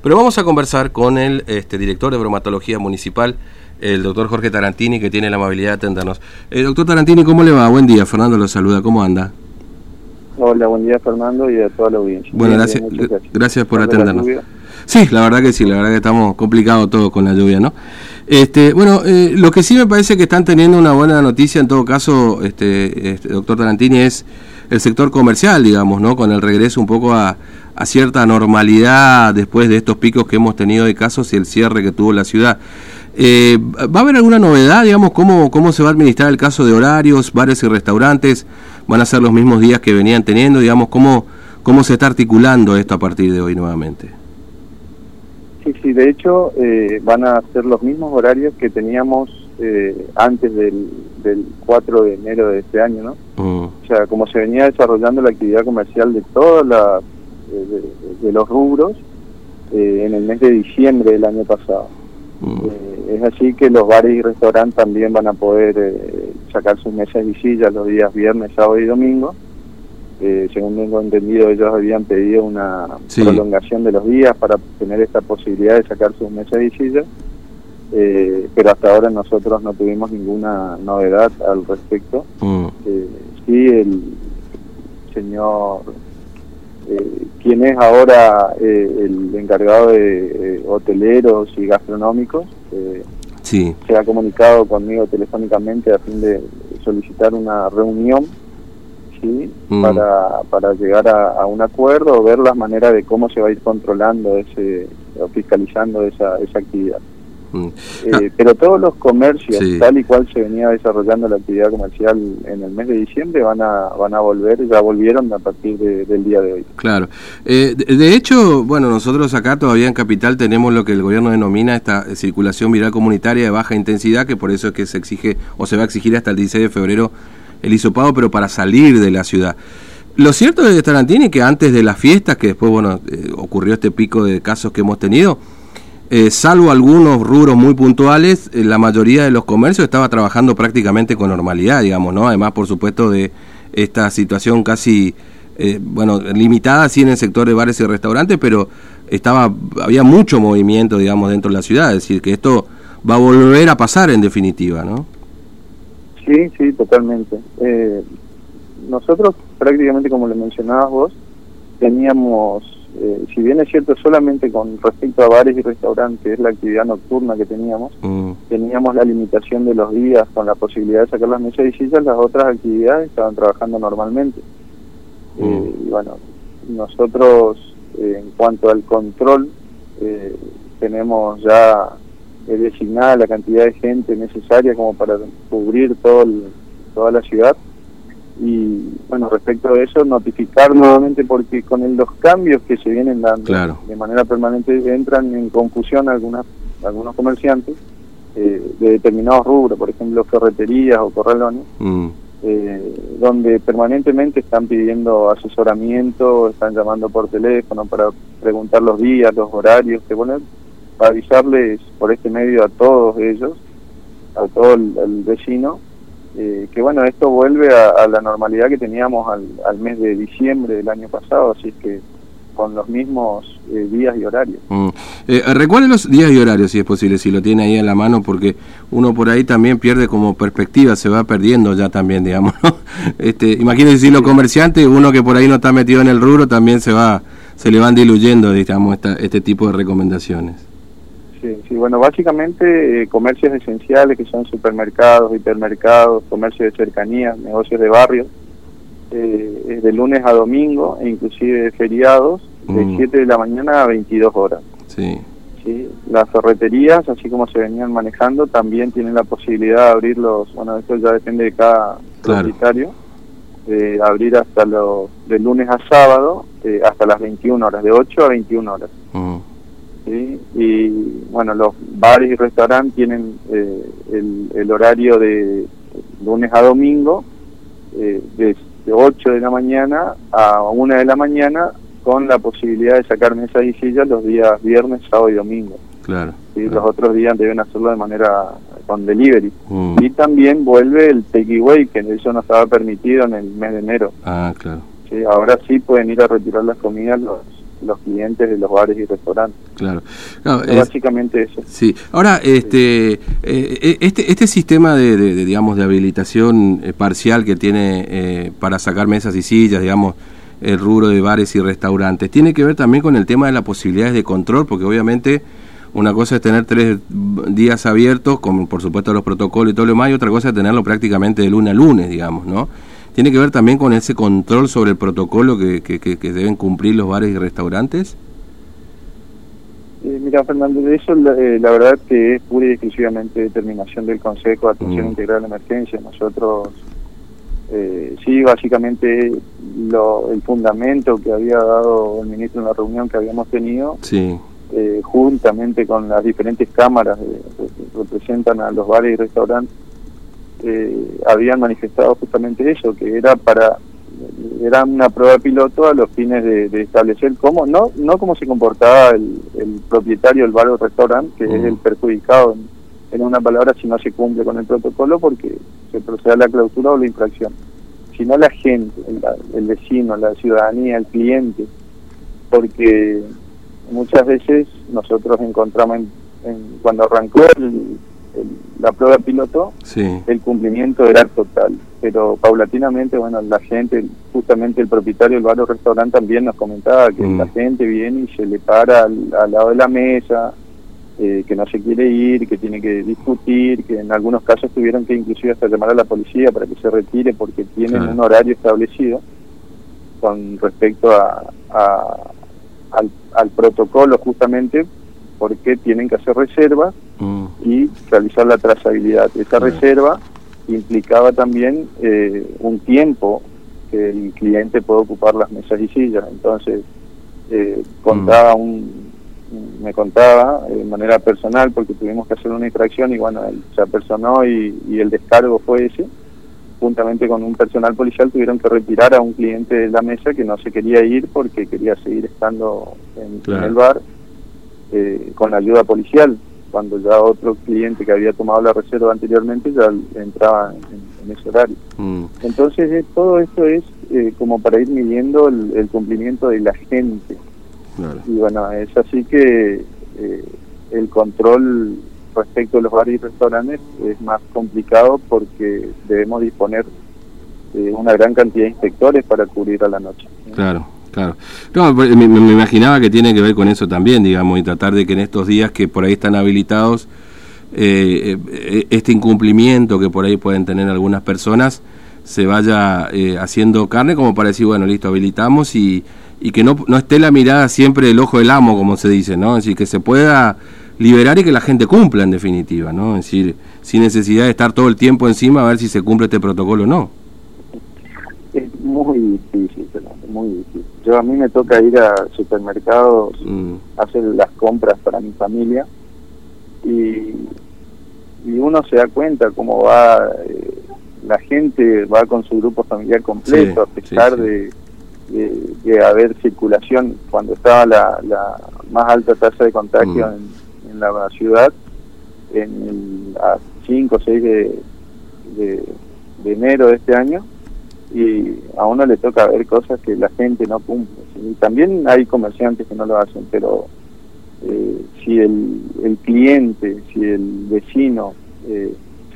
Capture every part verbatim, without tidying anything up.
Pero vamos a conversar con el este, director de bromatología municipal, el doctor Jorge Tarantini, que tiene la amabilidad de atendernos. Eh, doctor Tarantini, ¿cómo le va? Buen día, Fernando lo saluda, ¿cómo anda? Hola, buen día Fernando y a toda la audiencia. Bueno, bien, gracias, bien, gracias, gracias por atendernos. La sí, la verdad que sí, la verdad que estamos complicados todos con la lluvia, ¿no? Este, bueno, eh, lo que sí me parece que están teniendo una buena noticia en todo caso, este, este doctor Tarantini, es el sector comercial, digamos, ¿no? Con el regreso un poco a, a cierta normalidad después de estos picos que hemos tenido de casos y el cierre que tuvo la ciudad. Eh, ¿Va a haber alguna novedad, digamos, cómo, cómo se va a administrar el caso de horarios, bares y restaurantes? ¿Van a ser los mismos días que venían teniendo? Digamos, ¿cómo, cómo se está articulando esto a partir de hoy nuevamente? Sí, sí, de hecho eh, van a ser los mismos horarios que teníamos eh, antes del, del cuatro de enero de este año, ¿no? Mm. O sea, como se venía desarrollando la actividad comercial de todas las, de, de, de los rubros eh, en el mes de diciembre del año pasado. Mm. Eh, es así que los bares y restaurantes también van a poder eh, sacar sus mesas y sillas los días viernes, sábado y domingo. Eh, según tengo entendido, ellos habían pedido una sí. prolongación de los días para tener esta posibilidad de sacar sus mesas y sillas, eh, pero hasta ahora nosotros no tuvimos ninguna novedad al respecto. Mm. Eh, sí, el señor, eh, quien es ahora eh, el encargado de eh, hoteleros y gastronómicos, eh, sí. se ha comunicado conmigo telefónicamente a fin de solicitar una reunión, ¿sí? mm. para para llegar a, a un acuerdo o ver las maneras de cómo se va a ir controlando ese o fiscalizando esa esa actividad. Mm. Eh, ah. Pero todos los comercios, sí. tal y cual se venía desarrollando la actividad comercial en el mes de diciembre, van a van a volver, ya volvieron a partir de, del día de hoy. Claro. Eh, de, de hecho, bueno, nosotros acá todavía en Capital tenemos lo que el gobierno denomina esta circulación viral comunitaria de baja intensidad, que por eso es que se exige o se va a exigir hasta el dieciséis de febrero el hisopado, pero para salir de la ciudad. Lo cierto de Tarantini que antes de las fiestas, que después, bueno, eh, ocurrió este pico de casos que hemos tenido, eh, salvo algunos rubros muy puntuales, eh, la mayoría de los comercios estaba trabajando prácticamente con normalidad, digamos, ¿no? Además, por supuesto, de esta situación casi, eh, bueno, limitada, sí, en el sector de bares y restaurantes, pero estaba había mucho movimiento, digamos, dentro de la ciudad, es decir, que esto va a volver a pasar en definitiva, ¿no? Sí, sí, totalmente. Eh, nosotros prácticamente, como le mencionabas vos, teníamos, eh, si bien es cierto solamente con respecto a bares y restaurantes, es la actividad nocturna que teníamos, mm. teníamos la limitación de los días con la posibilidad de sacar las mesas y sillas, las otras actividades estaban trabajando normalmente. Mm. Eh, y bueno, nosotros eh, en cuanto al control, eh, tenemos ya es designada la cantidad de gente necesaria como para cubrir todo el, toda la ciudad. Y bueno, respecto a eso, notificar nuevamente, porque con el, los cambios que se vienen dando claro. de manera permanente entran en confusión algunas algunos comerciantes eh, de determinados rubros, por ejemplo ferreterías o corralones, mm. eh, donde permanentemente están pidiendo asesoramiento, están llamando por teléfono para preguntar los días, los horarios que poner, para avisarles por este medio a todos ellos, a todo el, el vecino, eh, que bueno, esto vuelve a, a la normalidad que teníamos al, al mes de diciembre del año pasado, así que con los mismos eh, días y horarios. Mm. Eh, recuerde los días y horarios, si es posible, si lo tiene ahí en la mano, porque uno por ahí también pierde como perspectiva, se va perdiendo ya también, digamos, ¿no? Este, imagínense si los comerciantes, uno que por ahí no está metido en el rubro, también se va, se le van diluyendo, digamos, esta, este tipo de recomendaciones. Sí, sí, bueno, básicamente eh, comercios esenciales que son supermercados, hipermercados, comercios de cercanía, negocios de barrio, eh, de lunes a domingo e inclusive feriados, de mm. siete de la mañana a veintidós horas. Sí. Sí. Las ferreterías, así como se venían manejando, también tienen la posibilidad de abrir los, bueno, esto ya depende de cada propietario, claro. de abrir hasta los, de lunes a sábado, eh, hasta las veintiuna horas, de ocho a veintiuna horas. Mm. ¿Sí? Y bueno, los bares y restaurantes tienen eh, el, el horario de lunes a domingo, eh, de, de ocho de la mañana a una de la mañana, con la posibilidad de sacar mesas y sillas los días viernes, sábado y domingo. Claro. ¿Sí? Claro. Los otros días deben hacerlo de manera con delivery. Mm. Y también vuelve el takeaway, que eso no estaba permitido en el mes de enero. Ah, claro. ¿Sí? Ahora sí pueden ir a retirar las comidas los los clientes de los bares y restaurantes. Claro, claro es, básicamente eso. Sí. Ahora, este, eh, este, este sistema de, de, de, digamos, de habilitación eh, parcial que tiene eh, para sacar mesas y sillas, digamos, el rubro de bares y restaurantes, tiene que ver también con el tema de las posibilidades de control, porque obviamente una cosa es tener tres días abiertos, con por supuesto los protocolos y todo lo demás, y otra cosa es tenerlo prácticamente de lunes a lunes, digamos, ¿no? ¿Tiene que ver también con ese control sobre el protocolo que, que, que, que deben cumplir los bares y restaurantes? Eh, mira, Fernando, de eso la, eh, la verdad que es pura y exclusivamente determinación del Consejo de Atención mm. Integral de Emergencia. Nosotros, eh, sí, básicamente lo, el fundamento que había dado el ministro en la reunión que habíamos tenido, sí. eh, juntamente con las diferentes cámaras eh, que representan a los bares y restaurantes, Eh, habían manifestado justamente eso, que era para era una prueba piloto a los fines de, de establecer cómo, no no cómo se comportaba el, el propietario del bar o restaurante, que uh-huh. es el perjudicado, en, en una palabra, si no se cumple con el protocolo, porque se procede a la clausura o la infracción, sino la gente, el, el vecino, la ciudadanía, el cliente, porque muchas veces nosotros encontramos en, en, cuando arrancó el El, la prueba piloto, sí. el cumplimiento era total, pero paulatinamente, bueno, la gente, justamente el propietario del bar o restaurante también nos comentaba que mm. la gente viene y se le para al, al lado de la mesa, eh, que no se quiere ir, que tiene que discutir, que en algunos casos tuvieron que inclusive hasta llamar a la policía para que se retire porque tienen claro. un horario establecido con respecto a, a al, al protocolo, justamente porque tienen que hacer reservas mm. y realizar la trazabilidad. Esa mm. reserva implicaba también eh, un tiempo que el cliente puede ocupar las mesas y sillas. Entonces, eh, contaba mm. un, me contaba de manera personal, porque tuvimos que hacer una infracción y bueno, él se apersonó y, y el descargo fue ese. Juntamente con un personal policial tuvieron que retirar a un cliente de la mesa que no se quería ir porque quería seguir estando en, claro. en el bar. Eh, con la ayuda policial, cuando ya otro cliente que había tomado la reserva anteriormente ya entraba en, en ese horario. Mm. Entonces eh, todo esto es eh, como para ir midiendo el, el cumplimiento de la gente. Claro. Y bueno, es así que eh, el control respecto a los bares y restaurantes es más complicado porque debemos disponer de una gran cantidad de inspectores para cubrir a la noche. Claro. Claro, no, me, me imaginaba que tiene que ver con eso también, digamos, y tratar de que en estos días que por ahí están habilitados, eh, eh, este incumplimiento que por ahí pueden tener algunas personas, se vaya eh, haciendo carne como para decir, bueno, listo, habilitamos y, y que no, no esté la mirada siempre del ojo del amo, como se dice, ¿no? Es decir, que se pueda liberar y que la gente cumpla en definitiva, ¿no? Es decir, sin necesidad de estar todo el tiempo encima a ver si se cumple este protocolo o no. Es muy difícil, muy difícil. Yo a mí me toca ir a supermercados, mm. hacer las compras para mi familia y, y uno se da cuenta cómo va, eh, la gente va con su grupo familiar completo, sí, a pesar sí, sí. De, de, de haber circulación. Cuando estaba la, la más alta tasa de contagio mm. en, en la ciudad, en el, a cinco o seis de, de, de enero de este año, y a uno le toca ver cosas que la gente no cumple. ¿sí? Y también hay comerciantes que no lo hacen, pero eh, si el, el cliente, si el vecino eh,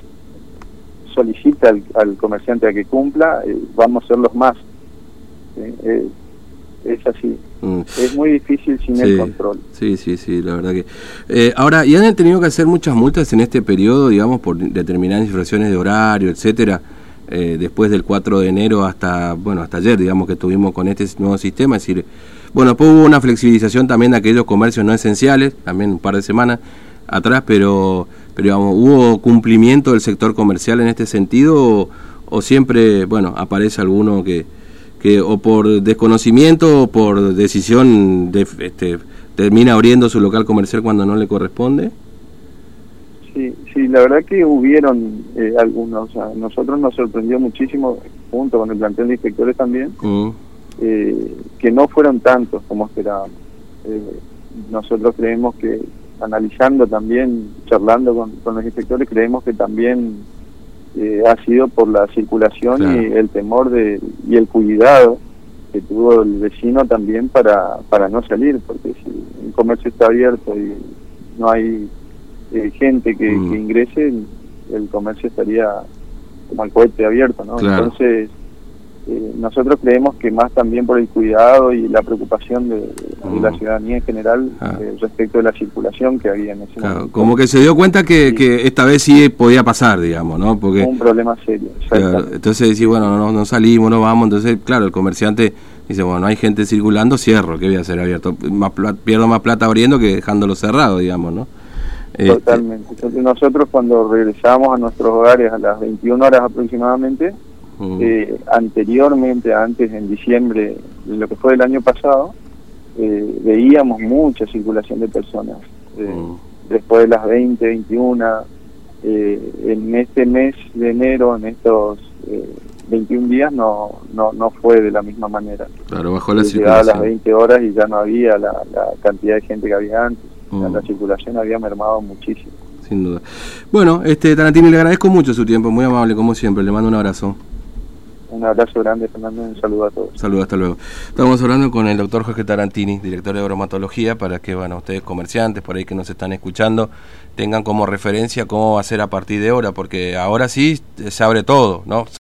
solicita al, al comerciante a que cumpla, eh, vamos a ser los más. ¿sí? Eh, es así. Mm. Es muy difícil sin sí, el control. Sí, sí, sí, la verdad que... Eh, ahora, ¿y han tenido que hacer muchas multas en este periodo, digamos, por determinadas infracciones de horario, etcétera? Eh, después del cuatro de enero hasta, bueno, hasta ayer, digamos, que estuvimos con este nuevo sistema, es decir, bueno, después hubo una flexibilización también de aquellos comercios no esenciales, también un par de semanas atrás, pero, pero digamos, ¿hubo cumplimiento del sector comercial en este sentido o, o siempre, bueno, aparece alguno que, que o por desconocimiento o por decisión de, este, termina abriendo su local comercial cuando no le corresponde? Sí, sí, la verdad que hubieron eh, algunos, o sea, nosotros nos sorprendió muchísimo, junto con el plantel de inspectores también, uh. eh, que no fueron tantos como esperábamos. Eh, nosotros creemos que, analizando también, charlando con, con los inspectores, creemos que también eh, ha sido por la circulación claro. y el temor de y el cuidado que tuvo el vecino también para, para no salir, porque si el comercio está abierto y no hay eh, gente que, mm. que ingrese, el, el comercio estaría como el cohete abierto, ¿no? Claro. Entonces, eh, nosotros creemos que más también por el cuidado y la preocupación de, de mm. la ciudadanía en general ah. eh, respecto de la circulación que había en ese claro, momento. Como que se dio cuenta que, sí. que esta vez sí podía pasar, digamos, ¿no? Porque un problema serio. Claro, entonces decís, bueno, no, no salimos, no vamos, entonces, claro, el comerciante dice, bueno, no hay gente circulando, cierro, ¿qué voy a hacer abierto? Más plata, pierdo más plata abriendo que dejándolo cerrado, digamos, ¿no? Totalmente. Entonces nosotros cuando regresamos a nuestros hogares a las veintiuna horas aproximadamente, uh-huh. eh, anteriormente, antes en diciembre, lo que fue el año pasado, eh, veíamos mucha circulación de personas. Eh, uh-huh. Después de las veinte, veintiuna, eh, en este mes de enero, en estos eh, veintiún días, no, no no fue de la misma manera. Claro, bajó la eh, circulación. Llegaba a las veinte horas y ya no había la, la cantidad de gente que había antes. Mm. La circulación había mermado muchísimo. Sin duda. Bueno, este Tarantini, le agradezco mucho su tiempo, muy amable como siempre, le mando un abrazo. Un abrazo grande, Fernando, un saludo a todos. Saludos, hasta luego. Estamos hablando con el doctor Jorge Tarantini, director de bromatología, para que, bueno, ustedes comerciantes por ahí que nos están escuchando tengan como referencia cómo va a ser a partir de ahora, porque ahora sí se abre todo, ¿no?